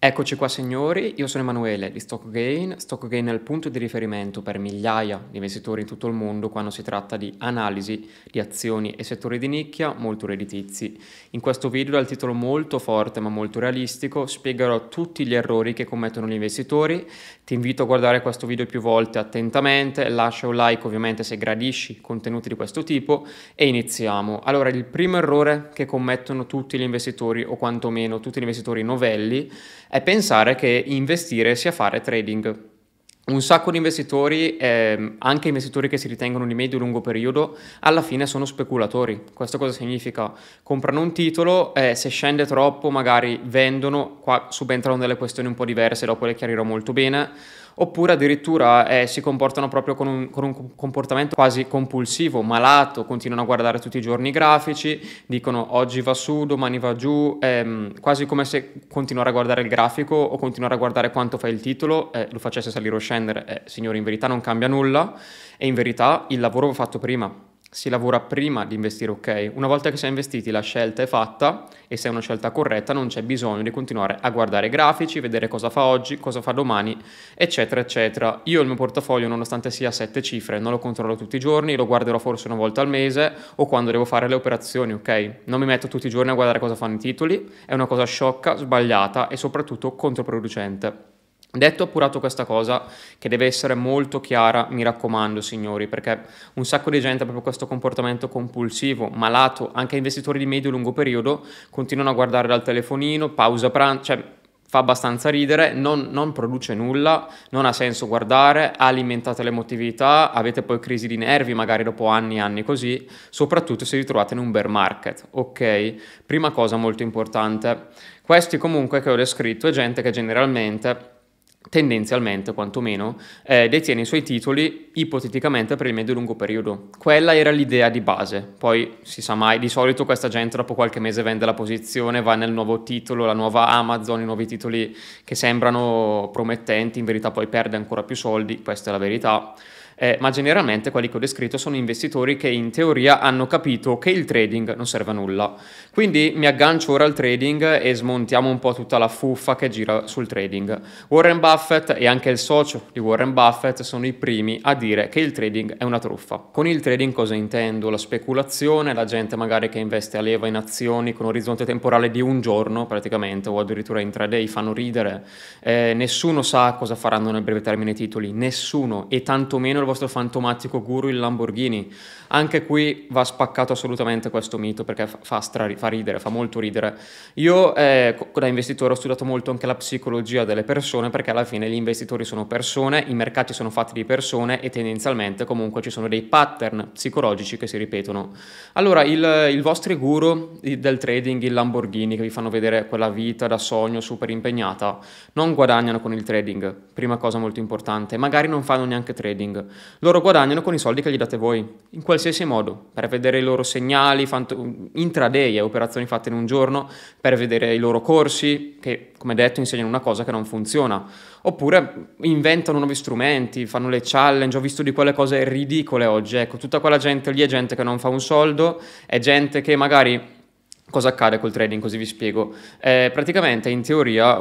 Eccoci qua signori, io sono Emanuele di StockGain. StockGain è il punto di riferimento per migliaia di investitori in tutto il mondo quando si tratta di analisi di azioni e settori di nicchia molto redditizi. In questo video, dal titolo molto forte ma molto realistico, spiegherò tutti gli errori che commettono gli investitori. Ti invito a guardare questo video più volte attentamente, lascia un like ovviamente se gradisci contenuti di questo tipo e iniziamo. Allora, il primo errore che commettono tutti gli investitori, o quantomeno tutti gli investitori novelli, è pensare che investire sia fare trading. Un sacco di investitori, anche investitori che si ritengono di medio-lungo periodo, alla fine sono speculatori. Questo cosa significa? Comprano un titolo, se scende troppo magari vendono, qua subentrano delle questioni un po' diverse, dopo le chiarirò molto bene, oppure addirittura si comportano proprio con un comportamento quasi compulsivo, malato, continuano a guardare tutti i giorni i grafici, dicono oggi va su, domani va giù, quasi come se continuare a guardare il grafico o continuare a guardare quanto fa il titolo lo facesse salire o scendere. Signori, in verità non cambia nulla e in verità il lavoro va fatto prima. Si lavora prima di investire, ok? Una volta che si è investiti la scelta è fatta e se è una scelta corretta non c'è bisogno di continuare a guardare i grafici, vedere cosa fa oggi, cosa fa domani, eccetera, eccetera. Io il mio portafoglio, nonostante sia a 7 cifre, non lo controllo tutti i giorni, lo guarderò forse una volta al mese o quando devo fare le operazioni, ok? Non mi metto tutti i giorni a guardare cosa fanno i titoli, è una cosa sciocca, sbagliata e soprattutto controproducente. Detto appurato questa cosa, che deve essere molto chiara, mi raccomando signori, perché un sacco di gente ha proprio questo comportamento compulsivo, malato, anche investitori di medio-lungo periodo, continuano a guardare dal telefonino, pausa pranzo, cioè fa abbastanza ridere, non produce nulla, non ha senso guardare, alimentate l'emotività, avete poi crisi di nervi magari dopo anni e anni così, soprattutto se vi trovate in un bear market, ok? Prima cosa molto importante, questi comunque che ho descritto è gente che generalmente tendenzialmente quantomeno, detiene i suoi titoli ipoteticamente per il medio-lungo periodo. Quella era l'idea di base, poi si sa mai, di solito questa gente dopo qualche mese vende la posizione, va nel nuovo titolo, la nuova Amazon, i nuovi titoli che sembrano promettenti, in verità poi perde ancora più soldi, questa è la verità. Ma generalmente quelli che ho descritto sono investitori che in teoria hanno capito che il trading non serve a nulla. Quindi mi aggancio ora al trading e smontiamo un po' tutta la fuffa che gira sul trading. Warren Buffett e anche il socio di Warren Buffett sono i primi a dire che il trading è una truffa. Con il trading cosa intendo? La speculazione, la gente magari che investe a leva in azioni con orizzonte temporale di un giorno praticamente o addirittura intraday, fanno ridere. Nessuno sa cosa faranno nel breve termine i titoli, nessuno, e tantomeno il vostro fantomatico guru il Lamborghini. Anche qui va spaccato assolutamente questo mito perché fa ridere, fa molto ridere. Io da investitore ho studiato molto anche la psicologia delle persone perché alla fine gli investitori sono persone, i mercati sono fatti di persone e tendenzialmente comunque ci sono dei pattern psicologici che si ripetono. Allora i vostri guru del trading, il Lamborghini che vi fanno vedere quella vita da sogno super impegnata, non guadagnano con il trading, prima cosa molto importante, magari non fanno neanche trading. Loro guadagnano con i soldi che gli date voi, in qualsiasi modo, per vedere i loro segnali, intraday, operazioni fatte in un giorno, per vedere i loro corsi, che come detto insegnano una cosa che non funziona, oppure inventano nuovi strumenti, fanno le challenge, ho visto di quelle cose ridicole oggi, ecco, tutta quella gente lì è gente che non fa un soldo, è gente che magari... Cosa accade col trading? Così vi spiego. Praticamente in teoria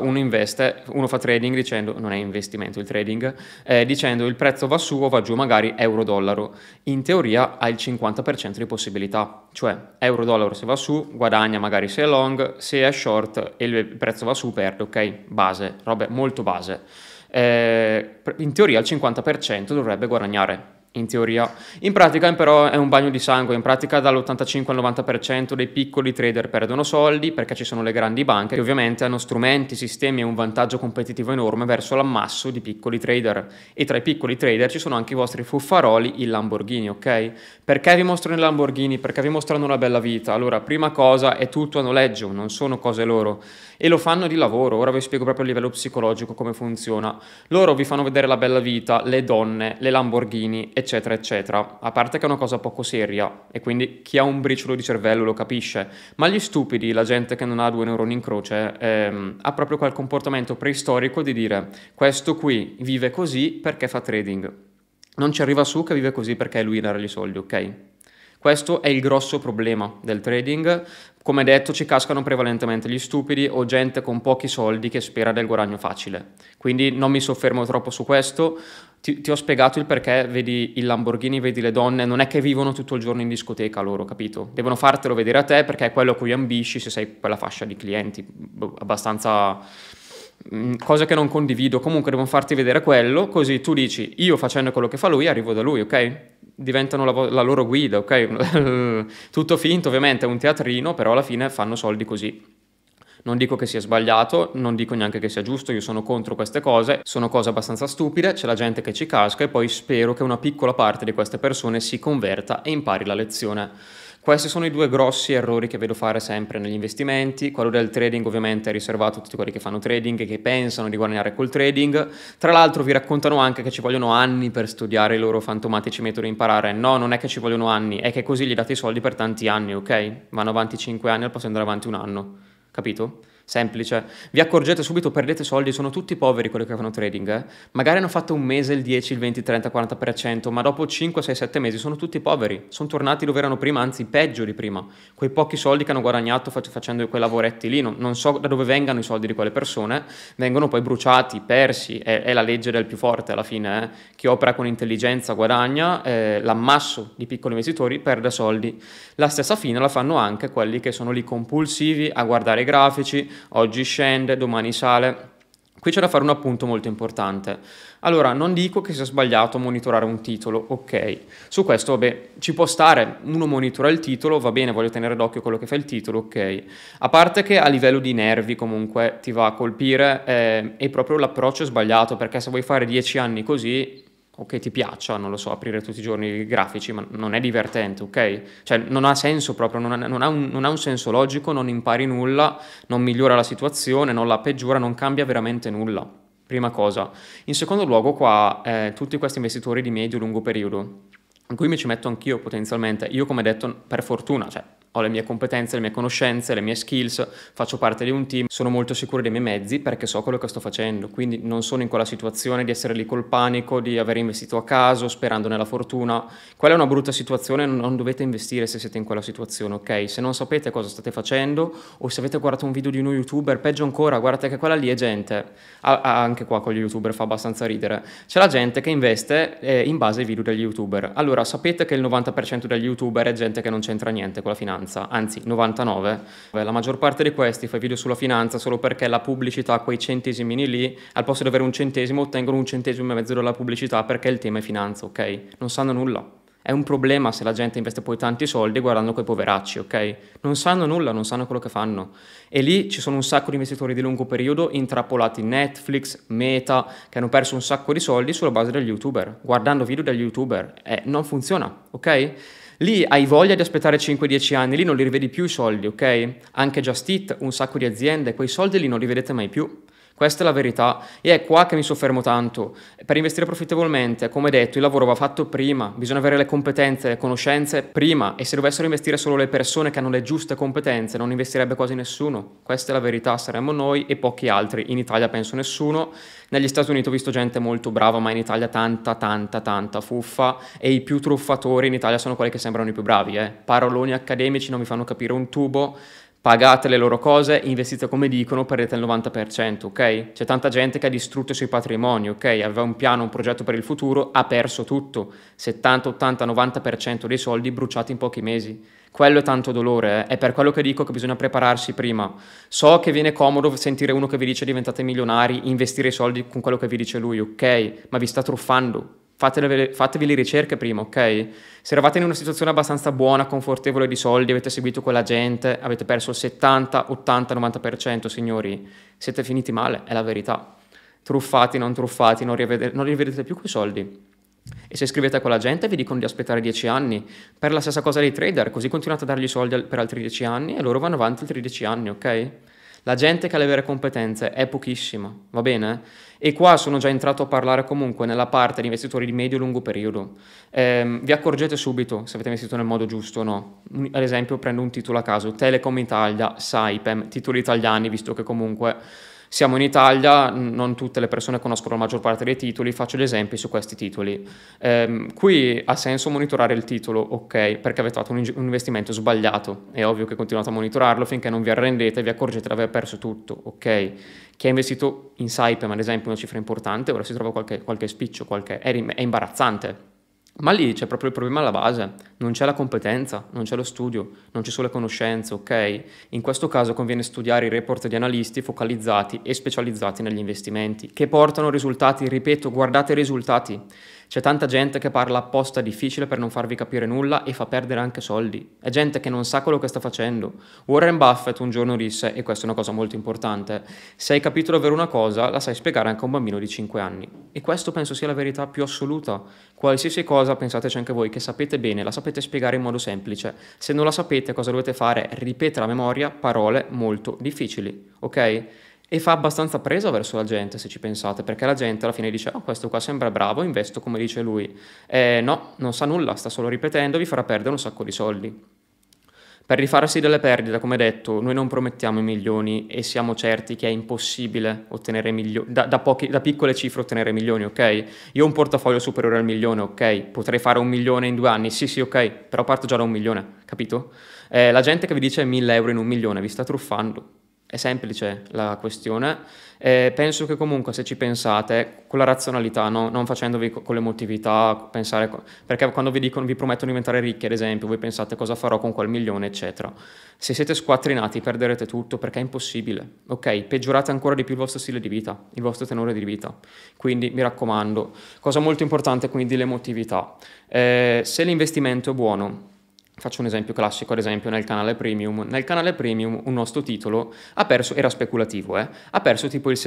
uno fa trading dicendo, non è investimento il trading, dicendo il prezzo va su o va giù, magari euro-dollaro. In teoria ha il 50% di possibilità, cioè euro-dollaro se va su guadagna magari se è long, se è short e il prezzo va su perde, ok? Base, robe molto base. In teoria il 50% dovrebbe guadagnare. In teoria. In pratica però è un bagno di sangue, in pratica dall'85 al 90% dei piccoli trader perdono soldi perché ci sono le grandi banche che ovviamente hanno strumenti, sistemi e un vantaggio competitivo enorme verso l'ammasso di piccoli trader e tra i piccoli trader ci sono anche i vostri fuffaroli, il Lamborghini, ok? Perché vi mostrano il Lamborghini? Perché vi mostrano una bella vita? Allora, prima cosa è tutto a noleggio, non sono cose loro e lo fanno di lavoro, ora vi spiego proprio a livello psicologico come funziona. Loro vi fanno vedere la bella vita, le donne, le Lamborghini, eccetera, eccetera. A parte che è una cosa poco seria e quindi chi ha un briciolo di cervello lo capisce, ma gli stupidi, la gente che non ha 2 neuroni in croce, ha proprio quel comportamento preistorico di dire questo qui vive così perché fa trading. Non ci arriva su che vive così perché è lui a dargli i soldi, ok? Questo è il grosso problema del trading, Come detto, ci cascano prevalentemente gli stupidi o gente con pochi soldi che spera del guadagno facile. Quindi non mi soffermo troppo su questo. Ti ho spiegato il perché vedi il Lamborghini, vedi le donne, non è che vivono tutto il giorno in discoteca loro, capito? Devono fartelo vedere a te perché è quello a cui ambisci se sei quella fascia di clienti. Abbastanza cose che non condivido, comunque devono farti vedere quello, così tu dici io facendo quello che fa lui arrivo da lui, ok? Diventano la loro guida, ok? Tutto finto, ovviamente è un teatrino, però alla fine fanno soldi così. Non dico che sia sbagliato, non dico neanche che sia giusto, io sono contro queste cose, sono cose abbastanza stupide, c'è la gente che ci casca e poi spero che una piccola parte di queste persone si converta e impari la lezione. Questi sono i due grossi errori che vedo fare sempre negli investimenti. Quello del trading ovviamente è riservato a tutti quelli che fanno trading e che pensano di guadagnare col trading. Tra l'altro vi raccontano anche che ci vogliono anni per studiare i loro fantomatici metodi e imparare. No, non è che ci vogliono anni, è che così gli date i soldi per tanti anni, ok? Vanno avanti 5 anni al posto di andare avanti un anno. Capito? Semplice. Vi accorgete subito, perdete soldi, sono tutti poveri quelli che fanno trading, eh? Magari hanno fatto un mese il 10, il 20, il 30, 40%, ma dopo 5, 6, 7 mesi sono tutti poveri. Sono tornati dove erano prima, anzi peggio di prima. Quei pochi soldi che hanno guadagnato facendo quei lavoretti lì, non so da dove vengano i soldi di quelle persone, vengono poi bruciati, persi, è la legge del più forte alla fine, eh? Chi opera con intelligenza guadagna, l'ammasso di piccoli investitori perde soldi. La stessa fine la fanno anche quelli che sono lì compulsivi a guardare i grafici, oggi scende, domani sale. Qui c'è da fare un appunto molto importante. Allora, non dico che sia sbagliato monitorare un titolo, ok. Su questo, vabbè, ci può stare, uno monitora il titolo, va bene, voglio tenere d'occhio quello che fa il titolo, ok. A parte che a livello di nervi comunque ti va a colpire, è proprio l'approccio sbagliato, perché se vuoi fare 10 anni così, o che ti piaccia, non lo so, aprire tutti i giorni i grafici, ma non è divertente, ok? Cioè non ha senso proprio, non ha un senso logico, non impari nulla, non migliora la situazione, non la peggiora, non cambia veramente nulla. Prima cosa. In secondo luogo qua, tutti questi investitori di medio-lungo periodo, in cui mi ci metto anch'io potenzialmente, io come detto per fortuna, cioè ho le mie competenze, le mie conoscenze, le mie skills, faccio parte di un team, sono molto sicuro dei miei mezzi perché so quello che sto facendo, quindi non sono in quella situazione di essere lì col panico, di aver investito a caso, sperando nella fortuna. Quella è una brutta situazione, non dovete investire se siete in quella situazione, ok? Se non sapete cosa state facendo o se avete guardato un video di uno youtuber, peggio ancora, guardate che quella lì è gente, anche qua con gli youtuber fa abbastanza ridere, c'è la gente che investe in base ai video degli youtuber. Allora sapete che il 90% degli youtuber è gente che non c'entra niente con la finanza, anzi 99, la maggior parte di questi fa video sulla finanza solo perché la pubblicità, quei centesimini lì, al posto di avere un centesimo ottengono un centesimo e mezzo della pubblicità perché il tema è finanza, ok? Non sanno nulla. È un problema se la gente investe poi tanti soldi guardando quei poveracci, ok? Non sanno nulla, non sanno quello che fanno. E lì ci sono un sacco di investitori di lungo periodo intrappolati in Netflix, Meta, che hanno perso un sacco di soldi sulla base degli youtuber, guardando video degli youtuber. Non funziona, ok? Lì hai voglia di aspettare 5-10 anni, lì non li rivedi più i soldi, ok? Anche Just Eat, un sacco di aziende, quei soldi lì non li vedete mai più. Questa è la verità e è qua che mi soffermo tanto. Per investire profittevolmente, come detto, il lavoro va fatto prima, bisogna avere le competenze, le conoscenze prima e se dovessero investire solo le persone che hanno le giuste competenze non investirebbe quasi nessuno. Questa è la verità, saremmo noi e pochi altri. In Italia penso nessuno. Negli Stati Uniti ho visto gente molto brava, ma in Italia tanta fuffa e i più truffatori in Italia sono quelli che sembrano i più bravi. Paroloni accademici non mi fanno capire un tubo. Pagate le loro cose, investite come dicono, perdete il 90%, ok? C'è tanta gente che ha distrutto i suoi patrimoni, ok? Aveva un piano, un progetto per il futuro, ha perso tutto. 70, 80, 90% dei soldi bruciati in pochi mesi. Quello è tanto dolore, È per quello che dico che bisogna prepararsi prima. So che viene comodo sentire uno che vi dice diventate milionari, investire i soldi con quello che vi dice lui, ok? Ma vi sta truffando. Fatevi le ricerche prima, ok? Se eravate in una situazione abbastanza buona, confortevole di soldi, avete seguito quella gente, avete perso il 70, 80, 90%, signori, siete finiti male, è la verità. Truffati, non truffati, non rivedete più quei soldi. E se scrivete a quella gente vi dicono di aspettare 10 anni per la stessa cosa dei trader, così continuate a dargli soldi per altri 10 anni e loro vanno avanti altri 10 anni, ok? La gente che ha le vere competenze è pochissima, va bene? E qua sono già entrato a parlare comunque nella parte di investitori di medio-lungo periodo. Vi accorgete subito se avete investito nel modo giusto o no. Ad esempio prendo un titolo a caso, Telecom Italia, Saipem, titoli italiani, visto che comunque Siamo in Italia, non tutte le persone conoscono la maggior parte dei titoli, faccio gli esempi su questi titoli. Qui ha senso monitorare il titolo, ok, perché avete fatto un investimento sbagliato, è ovvio che continuate a monitorarlo finché non vi arrendete e vi accorgete di aver perso tutto, ok. Chi ha investito in Saipem, ad esempio, una cifra importante, ora si trova qualche spiccio, è imbarazzante. Ma lì c'è proprio il problema alla base, non c'è la competenza, non c'è lo studio, non ci sono le conoscenze, ok? In questo caso conviene studiare i report di analisti focalizzati e specializzati negli investimenti, che portano risultati, ripeto, guardate i risultati. C'è tanta gente che parla apposta difficile per non farvi capire nulla e fa perdere anche soldi. È gente che non sa quello che sta facendo. Warren Buffett un giorno disse, e questa è una cosa molto importante, se hai capito davvero una cosa, la sai spiegare anche a un bambino di 5 anni. E questo penso sia la verità più assoluta. Qualsiasi cosa pensateci anche voi che sapete bene, la sapete spiegare in modo semplice. Se non la sapete, cosa dovete fare? Ripetere a memoria parole molto difficili, ok? E fa abbastanza presa verso la gente, se ci pensate, perché la gente alla fine dice, oh, questo qua sembra bravo, investo come dice lui. No, non sa nulla, sta solo ripetendo, vi farà perdere un sacco di soldi. Per rifarsi delle perdite, come detto, noi non promettiamo i milioni e siamo certi che è impossibile ottenere milioni, da piccole cifre ottenere milioni, ok? Io ho un portafoglio superiore al milione, ok? Potrei fare 1 milione in 2 anni, sì, ok, però parto già da 1 milione, capito? La gente che vi dice 1.000 euro in 1 milione vi sta truffando. È semplice la questione, penso che comunque se ci pensate con la razionalità, no? Non facendovi con l'emotività, perché quando vi dicono, vi promettono di diventare ricchi ad esempio, voi pensate cosa farò con quel milione eccetera. Se siete squattrinati perderete tutto perché è impossibile, ok? Peggiorate ancora di più il vostro stile di vita, il vostro tenore di vita, quindi mi raccomando. Cosa molto importante quindi l'emotività, se l'investimento è buono. Faccio un esempio classico, ad esempio nel canale Premium. Nel canale Premium un nostro titolo ha perso, era speculativo, ha perso tipo il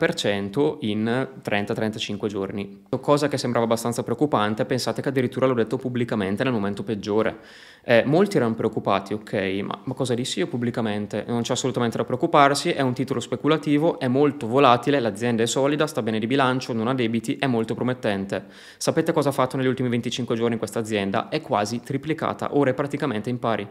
70% in 30-35 giorni. Cosa che sembrava abbastanza preoccupante, pensate che addirittura l'ho detto pubblicamente nel momento peggiore. Molti erano preoccupati, ok, ma cosa dissi io pubblicamente? Non c'è assolutamente da preoccuparsi, è un titolo speculativo, è molto volatile, l'azienda è solida, sta bene di bilancio, non ha debiti, è molto promettente. Sapete cosa ha fatto negli ultimi 25 giorni questa azienda? È quasi triplicata, ora è praticamente in pari,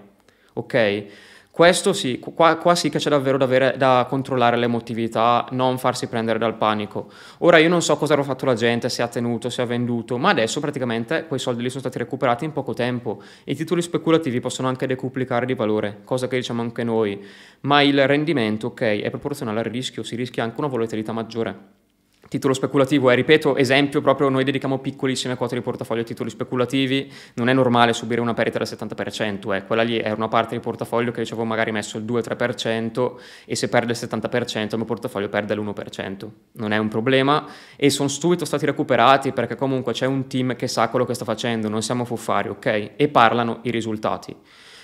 ok? Questo sì, qua sì che c'è davvero da controllare l'emotività, non farsi prendere dal panico. Ora io non so cosa avrà fatto la gente, se ha tenuto, se ha venduto, ma adesso praticamente quei soldi lì sono stati recuperati in poco tempo. I titoli speculativi possono anche decuplicare di valore, cosa che diciamo anche noi, ma il rendimento, ok, è proporzionale al rischio, si rischia anche una volatilità maggiore. Titolo speculativo ripeto, esempio proprio noi dedichiamo piccolissime quote di portafoglio a titoli speculativi, non è normale subire una perdita del 70%, quella lì è una parte di portafoglio che dicevo magari messo il 2-3% e se perde il 70% il mio portafoglio perde l'1%, non è un problema e sono subito stati recuperati perché comunque c'è un team che sa quello che sta facendo, non siamo fuffari, ok? E parlano i risultati.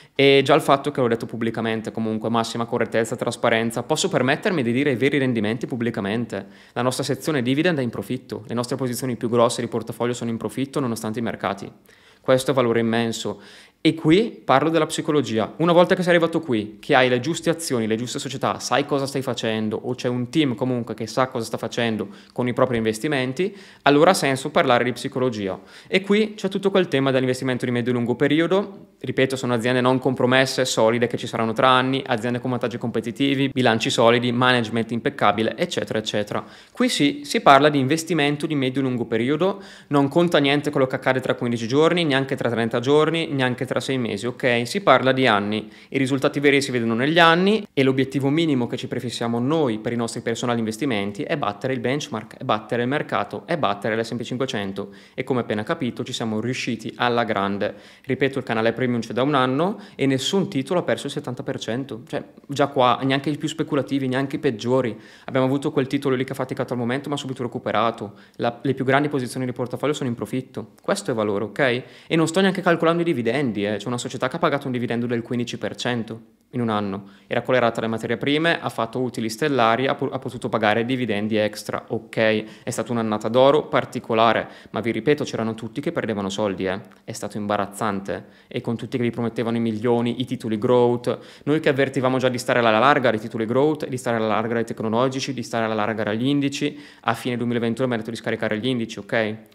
E già il fatto che l'ho detto pubblicamente, comunque massima correttezza, trasparenza, posso permettermi di dire i veri rendimenti pubblicamente. La nostra sezione dividend è in profitto, le nostre posizioni più grosse di portafoglio sono in profitto nonostante i mercati. Questo è valore immenso. E qui parlo della psicologia. Una volta che sei arrivato qui, che hai le giuste azioni, le giuste società, sai cosa stai facendo o c'è un team comunque che sa cosa sta facendo con i propri investimenti, allora ha senso parlare di psicologia. E qui c'è tutto quel tema dell'investimento di medio e lungo periodo. Ripeto, sono aziende non compromesse, solide, che ci saranno tra anni, aziende con vantaggi competitivi, bilanci solidi, management impeccabile, eccetera, eccetera. Qui sì, si parla di investimento di medio e lungo periodo, non conta niente quello che accade tra 15 giorni, neanche tra 30 giorni, neanche tra 6 mesi, ok? Si parla di anni, i risultati veri si vedono negli anni e l'obiettivo minimo che ci prefissiamo noi per i nostri personali investimenti è battere il benchmark, è battere il mercato, è battere l'S&P 500 e come appena capito ci siamo riusciti alla grande. Ripeto, il canale Premium c'è da un anno e nessun titolo ha perso il 70%, cioè già qua neanche i più speculativi, neanche i peggiori. Abbiamo avuto quel titolo lì che ha faticato al momento ma ha subito recuperato, le più grandi posizioni di portafoglio sono in profitto, questo è valore, ok? E non sto neanche calcolando i dividendi, c'è una società che ha pagato un dividendo del 15% in un anno, era collerata alle materie prime, ha fatto utili stellari, ha potuto pagare dividendi extra, ok, è stata un'annata d'oro particolare, ma vi ripeto c'erano tutti che perdevano soldi, è stato imbarazzante, e con tutti che vi promettevano i milioni, i titoli growth, noi che avvertivamo già di stare alla larga dei titoli growth, di stare alla larga dei tecnologici, di stare alla larga dagli indici, a fine 2021 abbiamo detto di scaricare gli indici, ok?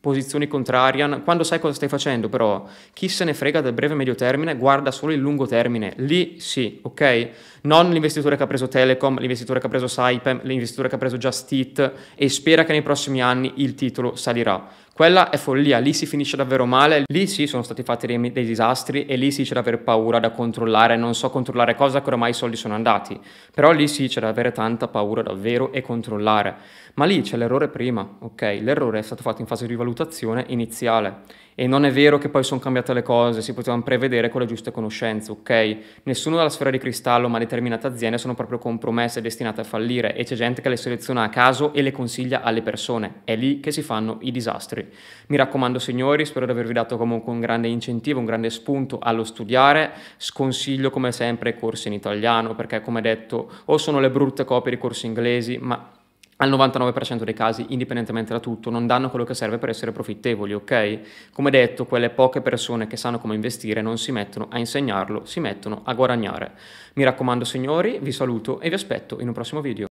posizioni contrarian, quando sai cosa stai facendo però, chi se ne frega del breve e medio termine, guarda solo il lungo termine, lì sì, ok? Non l'investitore che ha preso Telecom, l'investitore che ha preso Saipem, l'investitore che ha preso Just Eat e spera che nei prossimi anni il titolo salirà. Quella è follia, lì si finisce davvero male, lì sì sono stati fatti dei disastri e lì sì c'è da avere paura da controllare, non so controllare cosa che ormai i soldi sono andati, però lì sì c'è da avere tanta paura davvero e controllare. Ma lì c'è l'errore prima, ok? L'errore è stato fatto in fase di valutazione iniziale. E non è vero che poi sono cambiate le cose, si potevano prevedere con le giuste conoscenze, ok? Nessuno dalla sfera di cristallo, ma determinate aziende sono proprio compromesse e destinate a fallire e c'è gente che le seleziona a caso e le consiglia alle persone. È lì che si fanno i disastri. Mi raccomando signori, spero di avervi dato comunque un grande incentivo, un grande spunto allo studiare. Sconsiglio come sempre i corsi in italiano perché come detto o sono le brutte copie di corsi inglesi, ma al 99% dei casi, indipendentemente da tutto, non danno quello che serve per essere profittevoli, ok? Come detto, quelle poche persone che sanno come investire non si mettono a insegnarlo, si mettono a guadagnare. Mi raccomando signori, vi saluto e vi aspetto in un prossimo video.